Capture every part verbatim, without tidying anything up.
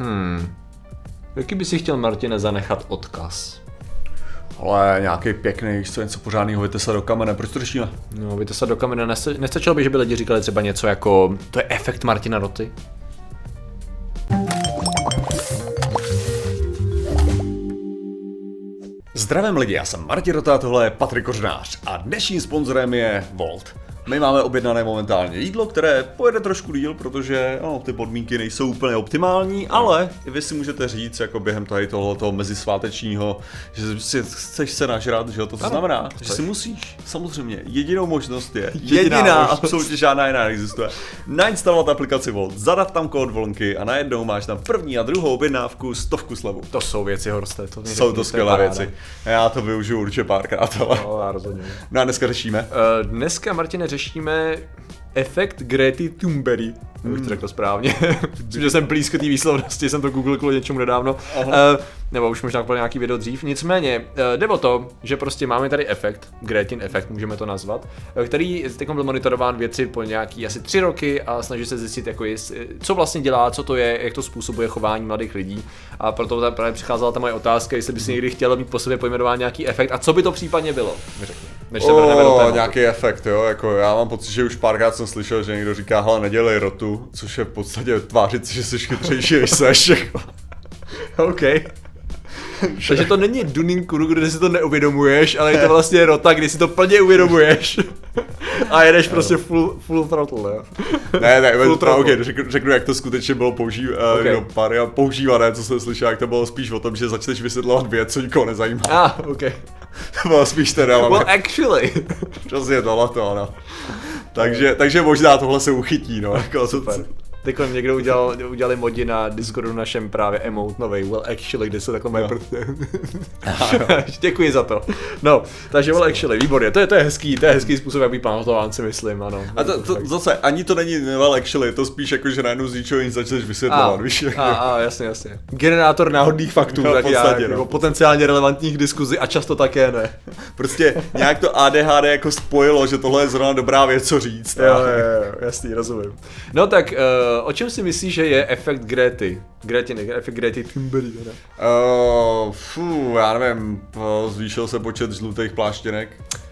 Hmm. Jaký by si chtěl, Martine, zanechat odkaz? Ale nějaký pěkný, co něco pořádného, vytesat do kamene, proč to řešíme? No, vytesat do kamene, nestačilo by, že by lidi říkali třeba něco jako, to je efekt Martina Roty? Zdravím lidi, já jsem Martin Rota, tohle je Patrik Kořenář a dnešním sponzorem je Wolt. My máme objednané momentálně jídlo, které pojede trošku díl, protože no, ty podmínky nejsou úplně optimální, ale i vy si můžete říct jako během tady tohoto mezisvátečního, že si chceš se nažrat, že to, to znamená, že si musíš, samozřejmě, jedinou možnost je, jediná, jediná možnost. Absolutně žádná jiná neexistuje, nainstalovat aplikaci Wolt, zadat tam kód volnky a najednou máš tam první a druhou objednávku stovku slevu. To jsou věci, Horste, to jsou to skvělé věci. Já to využiju určitě párkrát, ale... No, já rozhodně. No a dneska řešíme? Uh, dneska, Martine, řešíme efekt Grety Thunberg. Mm. Už to řekl správně. Myslím, že jsem blízko té výslovnosti, jsem to googlil kvůli něčemu nedávno. Uh, nebo už možná kvůli nějaký video dřív. Nicméně, uh, jde o to, že prostě máme tady efekt, Gretin efekt, můžeme to nazvat, který teď byl monitorován věci po nějaký asi tři roky a snaží se zjistit, jako jest, co vlastně dělá, co to je, jak to způsobuje chování mladých lidí. A proto tam právě přicházela ta moje otázka, jestli by si někdy chtěl mít po sobě pojmenován nějaký efekt a co by to případně bylo. Než se vrhneme do tématu. Nějaký efekt, jo, jako já mám pocit, že už párkrát jsem slyšel, že někdo říká, hele, nedělej rotu, což je v podstatě tvářit si, že jsi chytřejší, než seš, jako. OK. Takže to není Dunning-Kruger, kde si to neuvědomuješ, ale je to vlastně rota, kdy si to plně uvědomuješ. A jedeš prostě full, full throttle, jo. Ne, ne, full no, okay, řeknu, řeknu, jak to skutečně bylo použív, okay. no, pár, používané, co jsem slyšel, jak to bylo spíš o tom, že začneš vysvětlovat věc, co nikoho nezajímá. Ah, ok. To bylo spíš teda, ale... Well, actually. Přesně tohle to, ano. Takže, takže možná tohle se uchytí, no. Jako, super. Teď někdo udělal, udělali modi na Discordu našem právě emote novej, well actually, kde se takhle mají prsty. Děkuji za to. No, takže well actually, výborně, to je, to je hezký, to je hezký způsob, jak být pamatován, si myslím, ano. A to, to, zase, ani to není well actually, je to spíš jako, že najednou z ničeho nic začneš vysvětlovat, a, víš? A, a, jasně, jasně. Generátor náhodných faktů, no, tak podstatě, já, no. Jako potenciálně relevantních diskuzí a často také ne. Prostě nějak to A D H D jako spojilo, že tohle je zrovna dobrá věc, co říct. Jo, jo, jo, jasný, rozumím. No tak, uh, o čem si myslíš, že je efekt Grety? Grety, ne, efekt Grety Thunberg, ne? Uh, fů, já nevím, zvýšil se počet žlutých pláštěnek.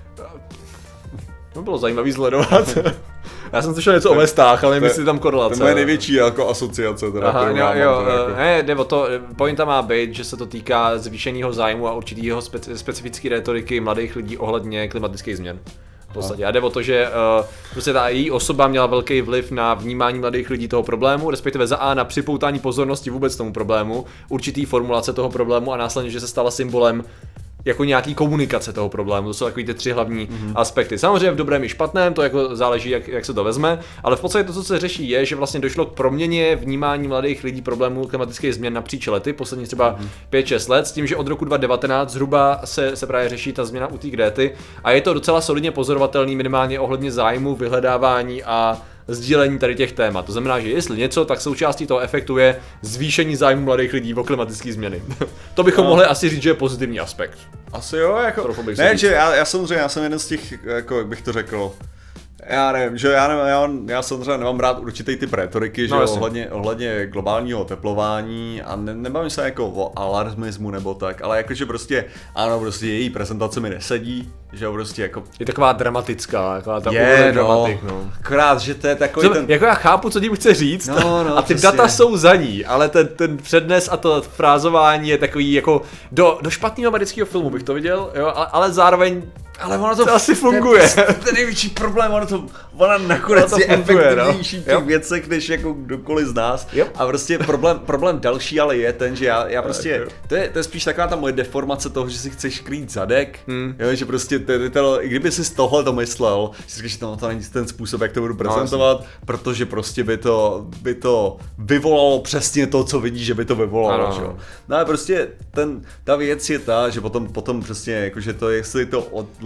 To bylo zajímavý sledovat. Já jsem slyšel něco o vestách, ale nevím, jestli tam korelace. To je největší jako asociace. Teda, aha, jo, mám, jo, teda jako... ne, jde o to, pointa má být, že se to týká zvýšeného zájmu a určitého speci- specifické rétoriky mladých lidí ohledně klimatických změn. V podstatě. A jde o to, že uh, prostě ta její osoba měla velký vliv na vnímání mladých lidí toho problému, respektive za A na připoutání pozornosti vůbec tomu problému, určitý formulace toho problému a následně, že se stala symbolem jako nějaký komunikace toho problému. To jsou takový ty tři hlavní mm-hmm. aspekty. Samozřejmě v dobrém i špatném, to jako záleží, jak, jak se to vezme, ale v podstatě to, co se řeší, je, že vlastně došlo k proměně vnímání mladých lidí problémů klimatických změn napříč lety, poslední třeba mm-hmm. pět šest let, s tím, že od roku dva tisíce devatenáct zhruba se, se právě řeší ta změna u té Grety a je to docela solidně pozorovatelný minimálně ohledně zájmu, vyhledávání a sdílení tady těch témat. To znamená, že jestli něco, tak součástí toho efektu je zvýšení zájmu mladých lidí o klimatické změny. To bychom no. mohli asi říct, že je pozitivní aspekt. Asi jo, jako ne, že já, já samozřejmě, já jsem jeden z těch, jako jak bych to řekl, já nevím, že já, nevím, já, já samozřejmě nemám rád určitý typ rétoriky, že no, ohledně, ohledně globálního teplování a ne, nebavím se jako o alarmismu nebo tak, ale jakože prostě, ano, prostě její prezentace mi nesedí, že prostě jako... Je taková dramatická, taková ta je, no, dramatik, no. Krát, že to je takový co, ten... Jako já chápu, co tím chce říct no, no, a ty přesně. data jsou za ní, ale ten, ten přednes a to frázování je takový jako do, do špatného amerického filmu bych to viděl, jo, ale, ale zároveň ale ono to, to asi funguje. To je ten největší problém, ono to, ona nakonec je efektivnější no? v těch jo. věcech, než jako kdokoliv z nás. Jo. A prostě problém, problém další ale je ten, že já, já prostě, to je, to je spíš taková ta moje deformace toho, že si chceš krýt zadek, hmm. jo, že prostě, ty, ty, i kdyby si z tohle to myslel, si říkáš, že to, to není ten způsob, jak to budu prezentovat, no, protože prostě by to, by to vyvolalo přesně to, co vidíš, že by to vyvolalo, ano. Že? No ale prostě ten, ta věc je ta, že potom, potom přesně, jakože to, jestli to od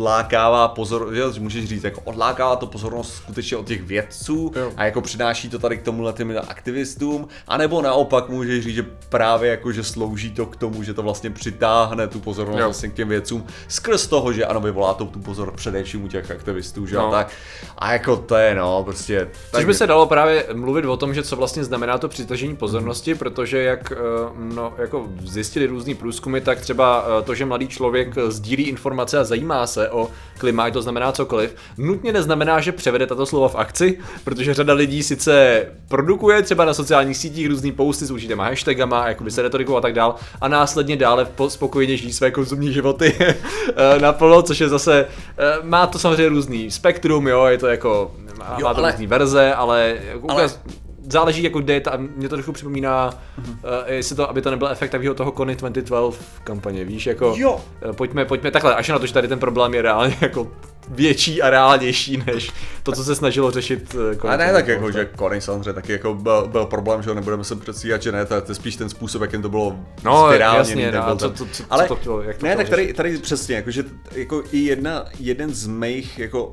odlákává pozor, že můžeš říct, jako odlákává to pozornost skutečně od těch vědců jo. a jako přináší to tady k tomuhle těm aktivistům, anebo naopak můžeš říct, že právě jako, že slouží to k tomu, že to vlastně přitáhne tu pozornost vlastně k těm vědcům skrz toho, že ano, vyvolá to tu pozor především u těch aktivistů, že no. a tak. A jako to je no, prostě. Což by se dalo právě mluvit o tom, že co vlastně znamená to přitažení pozornosti, mm. protože jak no, jako zjistili různý průzkumy, tak třeba to, že mladý člověk sdílí informace a zajímá se o klima, to znamená cokoliv, nutně neznamená, že převede tato slova v akci, protože řada lidí sice produkuje třeba na sociálních sítích různý posty s určitýma hashtagama, jakoby se retorikou a tak dál, a následně dále spokojeně žijí své konzumní životy naplno, což je zase, má to samozřejmě různý spektrum, jo, je to jako, má, jo, má to ale... různý verze, ale, jako ale... Ukaz... záleží jako kde je ta, mě to trochu připomíná, uh-huh. uh, jestli to, aby to nebyl efekt takového toho Kony dvacet dvanáct kampaně, víš, jako jo. Uh, pojďme, pojďme takhle, až na to, že tady ten problém je reálně jako větší a reálnější než to, co se snažilo řešit uh, Kony. A ne tak jako, že Kony samozřejmě taky jako byl, byl problém, že ho nebudeme se předstíhat, že ne, to je spíš ten způsob, jakým to bylo no, spirálněný. No jasně, co, co, co, ale co to chtělo, jak to ne, tak tady, tady přesně, jako, že jako i jedna, jeden z mých jako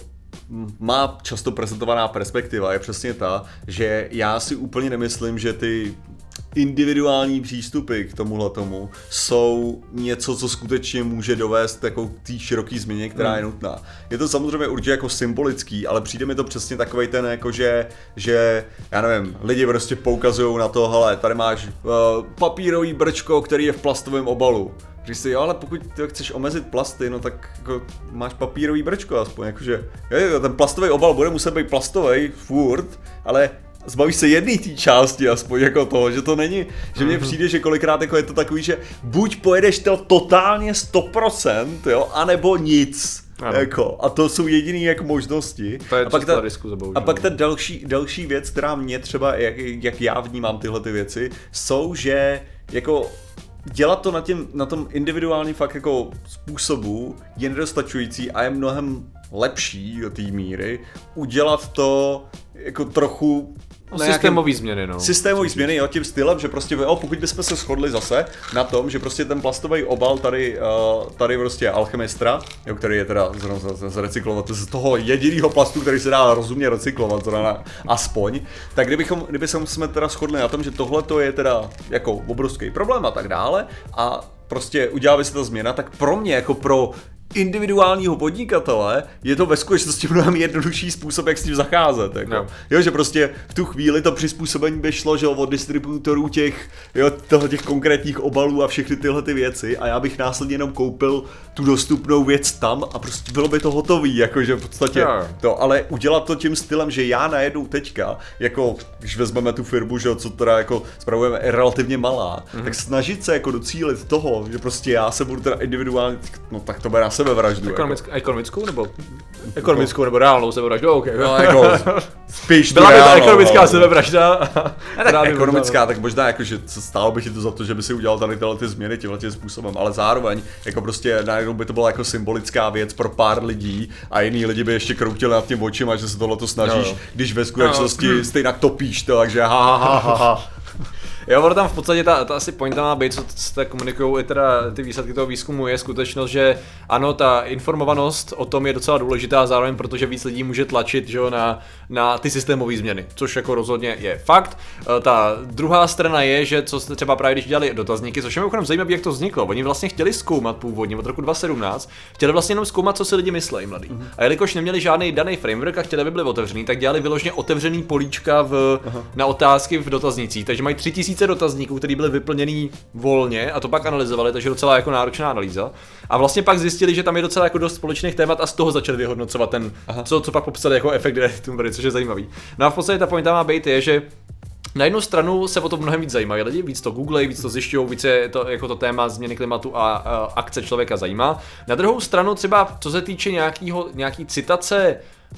má často prezentovaná perspektiva je přesně ta, že já si úplně nemyslím, že ty individuální přístupy k tomuhle tomu jsou něco, co skutečně může dovést jako k té široké změně, která je nutná. Je to samozřejmě určitě jako symbolický, ale přijde mi to přesně takovej ten jako, že, že já nevím, lidi prostě poukazují na to, hele, tady máš uh, papírový brčko, který je v plastovém obalu. Říš si, jo, ale pokud ty chceš omezit plasty, no tak jako máš papírový brčko aspoň, jakože, jo, ten plastový obal bude muset být plastový furt, ale zbavíš se jedné té části aspoň jako toho, že to není, že mně přijde, že kolikrát jako je to takový, že buď pojedeš to totálně sto procent, jo, anebo nic. Jako, a to jsou jediný jak možnosti. To je a pak ta, risku zaboužil. a pak ta další, další věc, která mě třeba, jak, jak já vnímám tyhle ty věci, jsou, že jako dělat to na, těm, na tom individuálním fakt jako způsobu je nedostačující a je mnohem lepší do té míry udělat to jako trochu systémový změny, no. Systémový změny, jo, tím stylem, že prostě, jo, pokud bychom se shodli zase na tom, že prostě ten plastový obal tady, uh, tady prostě je Alchemistra, jo, který je teda zrecyklovat z toho jediného plastu, který se dá rozumně recyklovat, zrovna aspoň, tak kdybychom, kdybychom jsme teda shodli na tom, že tohle to je teda jako obrovský problém a tak dále a prostě udělá by se ta změna, tak pro mě jako pro individuálního podnikatele je to ve skutečnosti mnohem jednodušší způsob, jak s tím zacházet. Jako. No. Jo, že prostě v tu chvíli to přizpůsobení by šlo, že od distributorů těch, jo, těch konkrétních obalů a všechny tyhle ty věci a já bych následně jenom koupil tu dostupnou věc tam a prostě bylo by to hotový, jakože v podstatě no. to, ale udělat to tím stylem, že já najednou teďka, jako když vezmeme tu firmu, že co teda jako spravujeme, je relativně malá, mm-hmm. tak snažit se jako docílit toho, že prostě já se budu teda individuálně, no tak to bude nás sebevraždu. Ekonomick, jako. Ekonomickou nebo ekonomickou nebo reálnou sebevraždu? Okay. No, jako spíš byla by ta ekonomická no. sebevražda. Tak ekonomická, tak možná jako, že stálo by ti to za to, že by si udělal tady tyhle ty změny tímhle způsobem, ale zároveň jako prostě najednou by to byla jako symbolická věc pro pár lidí a jiný lidi by ještě kroutili nad tím očima, že se tohleto snažíš, no. když ve skutečnosti no. stejnak topíš to, takže ha ha ha ha. Jo, ono tam v podstatě ta, ta asi pointa má být, co se komunikují i teda ty výsledky toho výzkumu, je skutečnost, že ano, ta informovanost o tom je docela důležitá zároveň, protože víc lidí může tlačit, že jo, na, na ty systémové změny, což jako rozhodně je fakt. Ta druhá strana je, že co jste třeba právě když dělali dotazníky, což je mimochodem zajímavé, jak to vzniklo. Oni vlastně chtěli zkoumat původně od roku dva tisíce sedmnáct, chtěli vlastně jenom zkoumat, co si lidi myslejí, mladí. Mm-hmm. A jelikož neměli žádný daný framework a chtěli, aby byli otevřený, tak dělali vyloženě otevřený políčka v, na otázky v dotaznících, takže mají tři tisíce dotazníků, které byly vyplněný volně a to pak analyzovali, takže docela jako náročná analýza. A vlastně pak zjistili, že tam je docela jako dost společných témat a z toho začali vyhodnocovat ten, co, co pak popsali jako efekt Retumbery, což je zajímavý. No a v podstatě ta pointa má být je, že na jednu stranu se o to mnohem víc zajímají lidi, víc to googlej, víc to zjišťují, víc je to, jako to téma změny klimatu a, a akce člověka zajímá. Na druhou stranu třeba co se týče nějakýho, nějaký citace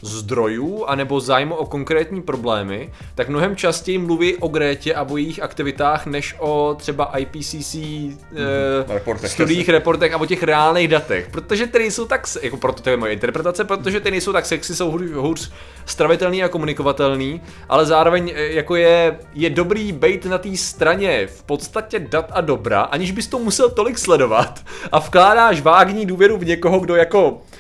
zdrojů anebo zájmu o konkrétní problémy, tak mnohem častěji mluví o Grétě a o jejich aktivitách, než o třeba I P C C mm, eh, reportech, studiích, reportech a o těch reálných datech, protože ty nejsou tak, jako proto to je moje interpretace, protože ty nejsou tak sexy, jsou hůř, hůř stravitelný a komunikovatelný, ale zároveň jako je, je dobrý bejt na té straně v podstatě dat a dobra, aniž bys to musel tolik sledovat a vkládáš vágní důvěru v někoho, kdo jako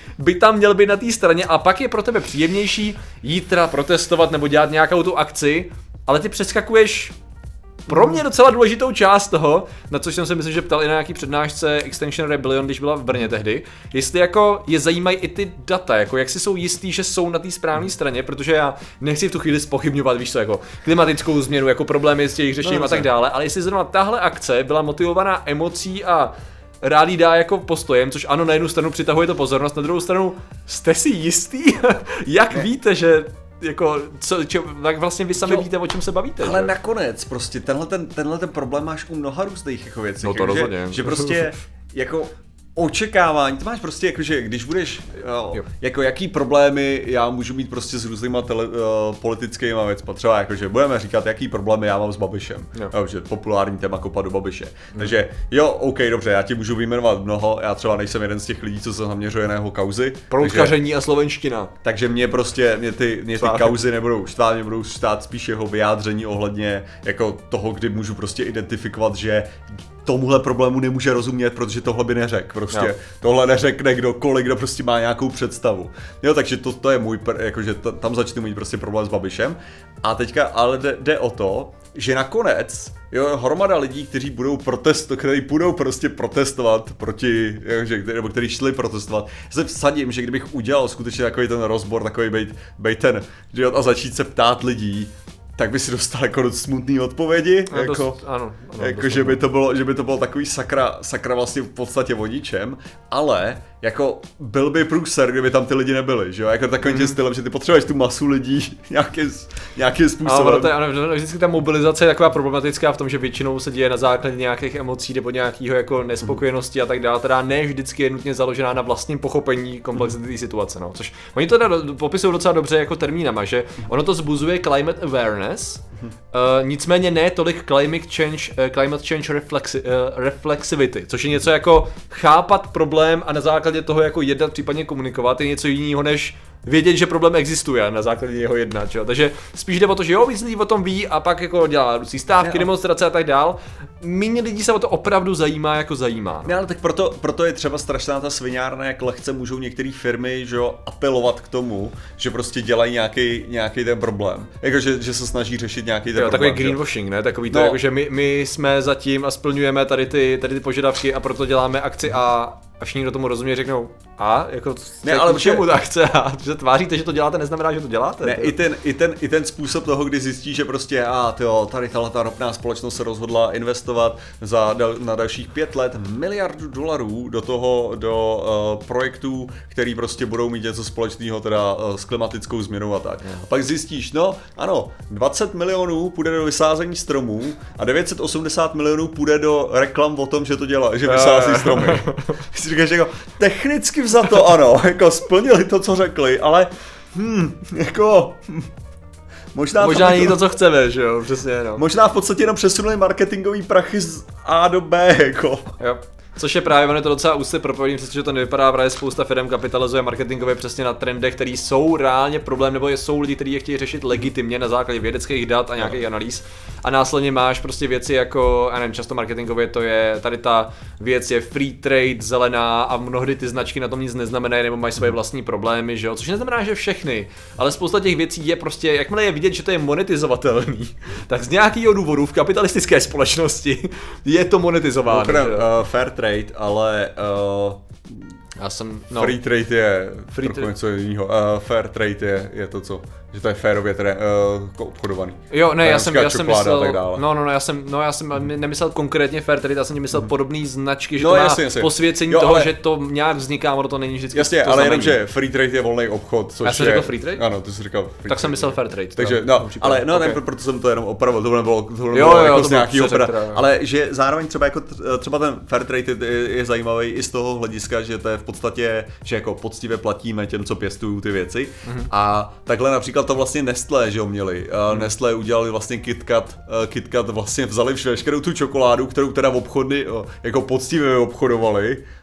by tam měl být na té straně a pak je pro tebe příjemnější jít teda protestovat nebo dělat nějakou tu akci, ale ty přeskakuješ pro mě docela důležitou část toho, na což jsem se myslím, že ptal i na nějaký přednášce Extinction Rebellion, když byla v Brně tehdy, jestli jako je zajímají i ty data, jako jak si jsou jistý, že jsou na té správné straně, protože já nechci v tu chvíli zpochybňovat, víš co, jako klimatickou změnu, jako problémy s jejich řešením no, a tak dále, ale jestli zrovna tahle akce byla motivovaná emocí a rád jí dá jako postojem, což ano, na jednu stranu přitahuje to pozornost, na druhou stranu jste si jistý, jak víte, že jako, co, či, tak vlastně vy sami jo, víte, o čem se bavíte. Ale že? Nakonec prostě tenhle ten, tenhle ten problém máš u mnoha různých jako věcí. No to jako, rozhodně. Že, že prostě jako očekávání, to máš prostě jako, že když budeš, jo, jo. jako jaký problémy já můžu mít prostě s různýma tele, uh, politickými věcmi, třeba jako, že budeme říkat, jaký problémy já mám s Babišem, jo. Jo, že populární téma kopa do Babiše. Hmm. Takže jo, OK, dobře, já ti můžu vyjmenovat mnoho, já třeba nejsem jeden z těch lidí, co se zaměřuje na jeho kauzy. Proutkaření a slovenština. Takže mě prostě, mě ty, mě ty kauzy nebudou štát, mě budou štát spíš jeho vyjádření ohledně jako toho, kdy můžu prostě identifikovat, že tomuhle problému nemůže rozumět, protože tohle by neřekl. Prostě jo. Tohle neřekne kdokoliv, kdo prostě má nějakou představu. Jo, takže to, to je můj, jakože t- tam začnu mít prostě problém s Babišem. A teďka ale jde, jde o to, že nakonec, jo, hromada lidí, kteří budou protestovat, kteří budou prostě protestovat proti, jakože, nebo kteří šli protestovat. Já se vsadím, že kdybych udělal skutečně takový ten rozbor, takový bejt, bejt ten, že jo, a začít se ptát lidí, tak by si dostal jako smutný odpovědi, no, jako, dost, ano, ano, jako že, by to bylo, že by to bylo takový sakra, sakra vlastně v podstatě o ničem, ale jako byl by průser, kdyby tam ty lidi nebyli, že jo, jako takovým mm. stylem, že ty potřebuješ tu masu lidí nějakým, nějakým způsobem. Ale to, ano, vždycky ta mobilizace je taková problematická v tom, že většinou se děje na základě nějakých emocí nebo nějakého jako nespokojenosti mm. a tak dále, teda ne vždycky je nutně založená na vlastním pochopení komplexity té situace, no, což oni to teda popisují docela dobře jako termínama, že ono to zbuzuje climate awareness, uh, nicméně ne tolik climate change, uh, climate change reflexi, uh, reflexivity, což je něco jako chápat problém a na základě toho jako jednat, případně komunikovat, je něco jiného než vědět, že problém existuje a na základě jeho jednat, že jo? Takže spíš jde o to, že jo, víc lidí o tom ví a pak jako dělá různý stávky, demonstrace a tak dál. Méně lidí se o to opravdu zajímá, jako zajímá. Ne, ale tak proto, proto je třeba strašná ta sviňárna, jak lehce můžou některé firmy, že jo, apelovat k tomu, že prostě dělají nějaký, nějaký ten problém. Jako, že, že se snaží řešit nějaký ten jo, problém. Takový greenwashing, ne? Takový to, no. jako, že my, my jsme zatím a splňujeme tady ty, tady ty požadavky a proto děláme akci a a všichni, kdo tomu rozumí, řeknou, a jako ne, ale k čemu ta akce a že tváříte, že to děláte, neznamená, že to děláte. Ne, i ten, i, ten, i ten způsob toho, kdy zjistí, že prostě a tyjo, tady tahle ta ropná společnost se rozhodla investovat za, na dalších pět let miliardu dolarů do toho, do uh, projektů, který prostě budou mít něco společného teda uh, s klimatickou změnou a tak. Yeah. A pak zjistíš, no ano, dvacet milionů půjde do vysázení stromů a devět set osmdesát milionů půjde do reklam o tom, že to dělá, že vysází stromy. Říkáš jako, technicky vzato ano, jako splnili to, co řekli, ale hm, jako hm, možná, možná není jako, to, co chceme, že jo, přesně, no. Možná v podstatě jenom přesunuli marketingový prachy z A do B, jako. Jo. Což je právě, ono je to docela úzce propojený, přestože to nevypadá, právě spousta firm kapitalizuje marketingově přesně na trendech, které jsou reálně problém, nebo jsou lidi, kteří je chtějí řešit legitimně na základě vědeckých dat a nějakých analýz. A následně máš prostě věci jako, já nevím, často marketingově to je, tady ta věc je free trade, zelená a mnohdy ty značky na tom nic neznamenají nebo mají svoje vlastní problémy, že jo, což neznamená, že všechny, ale spousta těch věcí je prostě, jakmile je vidět, že to je monetizovatelný, tak z nějakého důvodu v kapitalistické společnosti je to monetizováno. Mimochodem, uh, fair trade, ale uh, já jsem, no. free trade je free trochu tra- něco jiného. Uh, fair trade je, je to, co, že to je férově tedy uh, obchodovaný. Jo, ne, já jsem, já jsem myslel, no, no, no, já jsem, no, já jsem nemyslel konkrétně fair trade, já jsem myslel mm. podobný značky, že no, to má jasně, jasně. posvěcení jo, toho, ale... že to nějak vzniká, ono to není vždycky. Jasně, to ale znamení. jenom, že free trade je volný obchod, což já jsem je... řekl free trade? Ano, ty jsi říkal free tak trade. jsem myslel fair trade. Takže, no, ale no, okay. ne, proto jsem to jenom opravil, to nebylo, to nebylo jo, jo, jako to z nějakýho teda, ale že zároveň třeba jako třeba ten fair trade je, je zajímavý i z toho hlediska, že to je v podstatě, že jako poctivě platíme těm, co pěstují ty věci. Mm-hmm. A takhle například to vlastně Nestlé, že jo, měli. Mm. Nestlé udělali vlastně KitKat, KitKat vlastně vzali veškerou tu čokoládu, kterou teda v obchody jako poctivě obchodovali,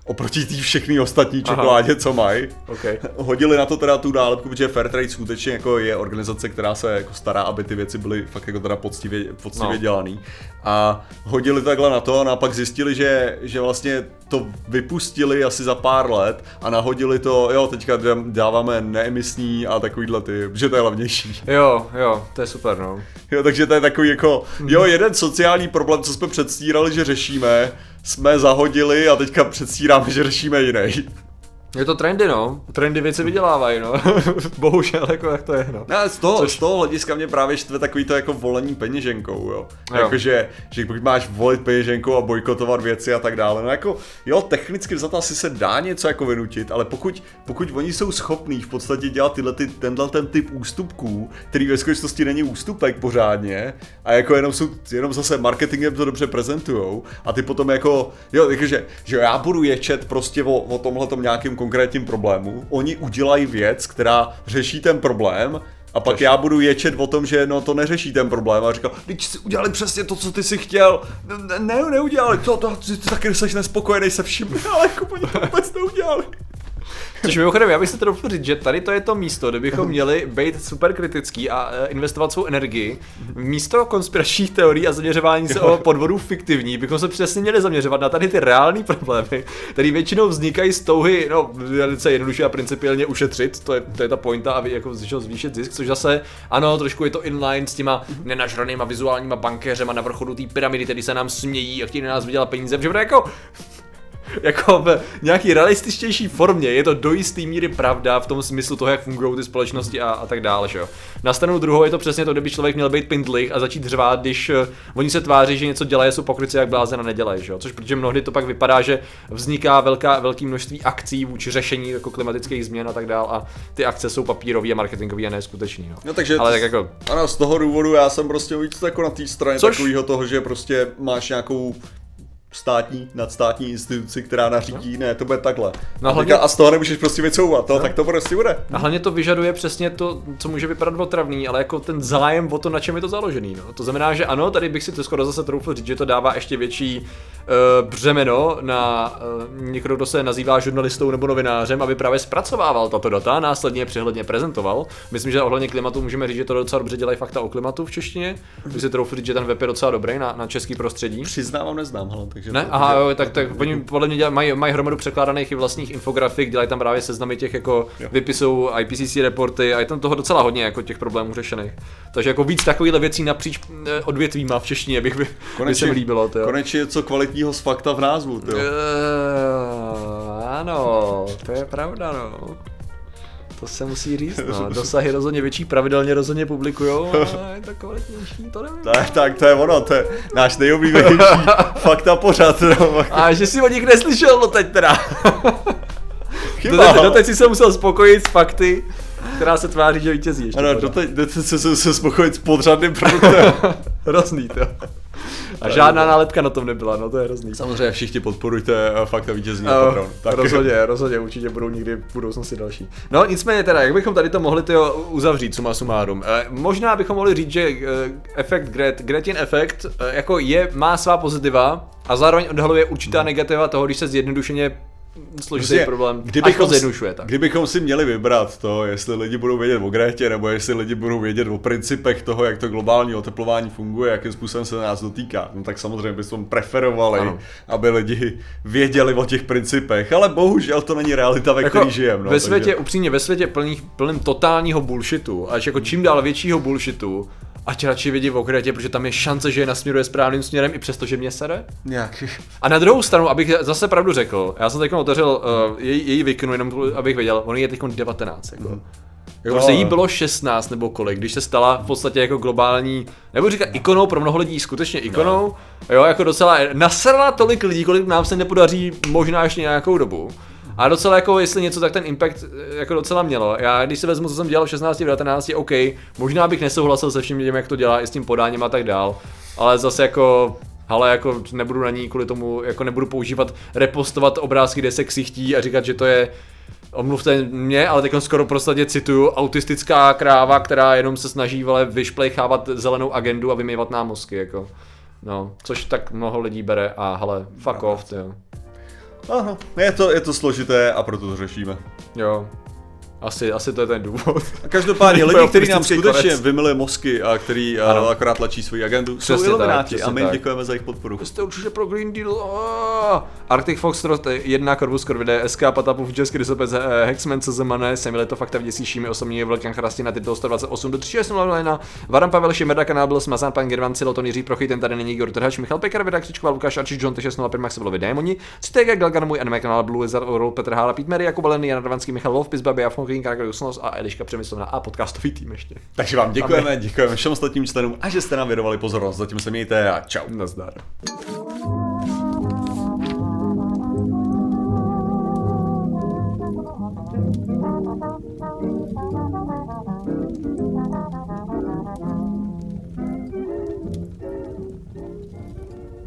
oproti té všechny ostatní čokoládě, co mají. Okay. Hodili na to teda tu nálepku, protože Fairtrade skutečně jako je organizace, která se jako stará, aby ty věci byly fakt jako teda poctivě, poctivě no. dělaný. A hodili takhle na to, no a pak zjistili, že, že vlastně to vypustili asi za pár let a nahodili to, jo, teďka dáváme neemisní a takovýhle ty, že to je levnější. Jo, jo, to je super, no. Jo, takže to je takový jako, jo, jeden sociální problém, co jsme předstírali, že řešíme, jsme zahodili a teďka předstíráme, že řešíme jiný. Je to trendy, no. Trendy věci vydělávají, no. Bohužel, jako jak to je, no. No, z toho, Což... z toho hlediska mě právě štve takový to jako volení peněženkou, jo. Jakože, že pokud máš volit peněženkou a bojkotovat věci a tak dále, no jako, jo, technicky za to asi se dá něco jako vynutit, ale pokud, pokud oni jsou schopní v podstatě dělat tyhle, ty, tenhle ten typ ústupků, který ve skutečnosti není ústupek pořádně, a jako jenom jsou, jenom zase marketingem to dobře prezentujou, a ty potom jako, jo, jakože, že já budu ječet prostě o, o tomhletom nějakým konkrétním problému, oni udělají věc, která řeší ten problém, a pak Což? já budu ječet o tom, že no to neřeší ten problém a říkal, když si udělali přesně to, co ty si chtěl, ne, ne neudělali, to, to, ty, ty taky jsi nespokojený se vším, ale jako oni to vůbec neudělali. Což mimochodem, já bych se to doufal říct, že tady to je to místo, kde bychom měli být super kritický a investovat svou energii. Místo konspiračních teorií a zaměřování se o podvodů fiktivní, bychom se přesně měli zaměřovat na tady ty reální problémy, které většinou vznikají z touhy, no, velice jednoduše a principiálně ušetřit, to je, to je ta pointa a jako zvýšit zisk, což zase, ano, trošku je to inline s těma nenažranýma vizuálníma bankéřema na vrcholu té pyramidy, který se nám smějí a chtějí na nás vydělat peníze, protože jako jako v nějaký realističtější formě je to do jistý míry pravda v tom smyslu toho, jak fungují ty společnosti a, a tak dále, že jo. Na stranu druhou je to přesně to, kdyby člověk měl být pindlich a začít řvát, když uh, oni se tváří, že něco dělají, jsou pokryci jak blázen a nedělají, že jo. Což protože mnohdy to pak vypadá, že vzniká velká, velké množství akcí vůči řešení jako klimatických změn a tak dále a ty akce jsou papírový a marketingový a ne skutečný, no. No takže ale to, tak jako ano, z toho důvodu já jsem prostě víc jako na té straně Což? takového toho, že prostě máš nějakou státní, nadstátní instituci, která nařídí, no. ne, to bude takhle. No, a, hlavně... a z toho nemůžeš prostě vycouvat, to, no. tak to prostě bude. A hlavně to vyžaduje přesně to, co může vypadat otravný, ale jako ten zájem o to, na čem je to založený. No. To znamená, že ano, tady bych si to skoro zase troufl říct, že to dává ještě větší uh, břemeno na uh, někdo, kdo se nazývá žurnalistou nebo novinářem, aby právě zpracovával tato data, následně je přehledně prezentoval. Myslím, že ohledně klimatu můžeme říct, že to docela dobře dělají Fakta o klimatu v češtině. Bych si troufl říct, že ten web je docela dobrý na, na český prostředí. Přiznávám, neznám, hele, takže ne? To, Aha, že... jo, tak, tak oni podle mě dělají, mají, mají hromadu překládaných i vlastních infografik, dělají tam právě seznamy těch jako vypisů I P C C reporty a je tam toho docela hodně jako těch problémů řešených. Takže jako víc takovýchhle věcí napříč odvětvíma v češtině bych by, by se mi líbilo. Tyjo. Konečně něco kvalitního z fakta v názvu. Tyjo. Uh, ano, to je pravda, no. To se musí říct, no. Dosahy rozhodně větší, pravidelně rozhodně publikujou, ale je to kvalitnější, to nevím. Tak, tak, to je ono, to je náš nejoblíbenější fakta pořad. No. A že si o nich neslyšel, no teď teda. Doteď, doteď si se musel spokojit s fakty, která se tváří, že vítězí ještě. Ano, doteď, doteď se, se spokojit s podřadným produktem. Hrozný to. A žádná nálepka na tom nebyla, no to je hrozný. Samozřejmě všichni podporujte Fakta vítězní uh, Patron. Tak. Rozhodně, rozhodně, určitě budou někdy v budoucnosti další. No nicméně teda, jak bychom tady to mohli tyjo, uzavřít suma sumárum. Eh, možná bychom mohli říct, že eh, efekt Gret, Gretin efekt eh, jako je, má svá pozitiva a zároveň odhaluje určitá negativa toho, když se zjednodušeně složitý prostě, problém, kdybychom, až to zjednodušuje, tak. Kdybychom si měli vybrat to, jestli lidi budou vědět o Grétě, nebo jestli lidi budou vědět o principech toho, jak to globální oteplování funguje, jakým způsobem se nás dotýká, no tak samozřejmě bychom preferovali, ano. aby lidi věděli o těch principech, ale bohužel to není realita, ve jako které žijeme. No, ve světě, takže... upřímně, ve světě plných, plným totálního bullshitu, až jako čím dál většího bullshitu, ať radši vědí o Grétě, protože tam je šance, že je nasměruje správným směrem, i přesto, že mě sere. Nějaký. A na druhou stranu, abych zase pravdu řekl, já jsem teď otevřel uh, její, její vikinu, jenom abych věděl, on je teď devatenáct. Jako. Mm. Jako prostě jí bylo šestnáct nebo kolik, když se stala v podstatě jako globální, nebudu říkat ikonou, pro mnoho lidí skutečně ikonou, no. Jo, jako docela nasrala tolik lidí, kolik nám se nepodaří možná ještě nějakou dobu. A docela jako, jestli něco, tak ten impact jako docela mělo. Já když si vezmu, co jsem dělal v šestnácti, devatenácti, OK, možná bych nesouhlasil se vším tím, jak to dělá, i s tím podáním a tak dál, ale zase jako, ale jako nebudu na ní kvůli tomu, jako nebudu používat, repostovat obrázky, kde se ksichtí a říkat, že to je, omluvte mě, ale teď skoro prostě cituju, autistická kráva, která jenom se snaží vele vyšplejchávat zelenou agendu a vymývat nám mozky, jako. No, což tak mnoho lidí bere a hele, fuck off, jo. Aha, je to, je to složité a proto to řešíme. Jo. Asi, asi to je ten důvod. A každopádně lidi, kteří nám skutečně konec. vymili mozky a který ano. akorát tlačí svoji agendu, přesně jsou ilumináti a my jim děkujeme za jejich podporu. Jste určitě pro Green Deal. Oh! Arctic Fox jedna, Corvus Corvide, S K, Patapův, Český Rysopec, Hexman, C Z M N, Semile to fakta vděsíšími osobní Velkán Chrastina, Titul sto dvacet osm do tři šest nula, Varan Pavel, Šimeda, Kanál byl smazán, pan Gervan, Ciloton, Jiří Prochy, ten tady není, Igor Trhač, Michal Pekar, Vida Křičková, Lukáš Arčič, John T šest nula pět, Maxwellovi Démoni, Citega, Galgan, můj anime kanál Blue Wizard, Orol, Petr Hála, Pít Mary, Jakub Alený, Jan Radvanský, Michal Wolf, Pizbaby, Afon, Karagarius a Eliška Přemyslovna a podcastový tým ještě. Takže vám děkujeme, děkujeme všem ostatním členům a že jste nám věnovali pozornost. Zatím se mějte a čau. Nazdar. Thank you.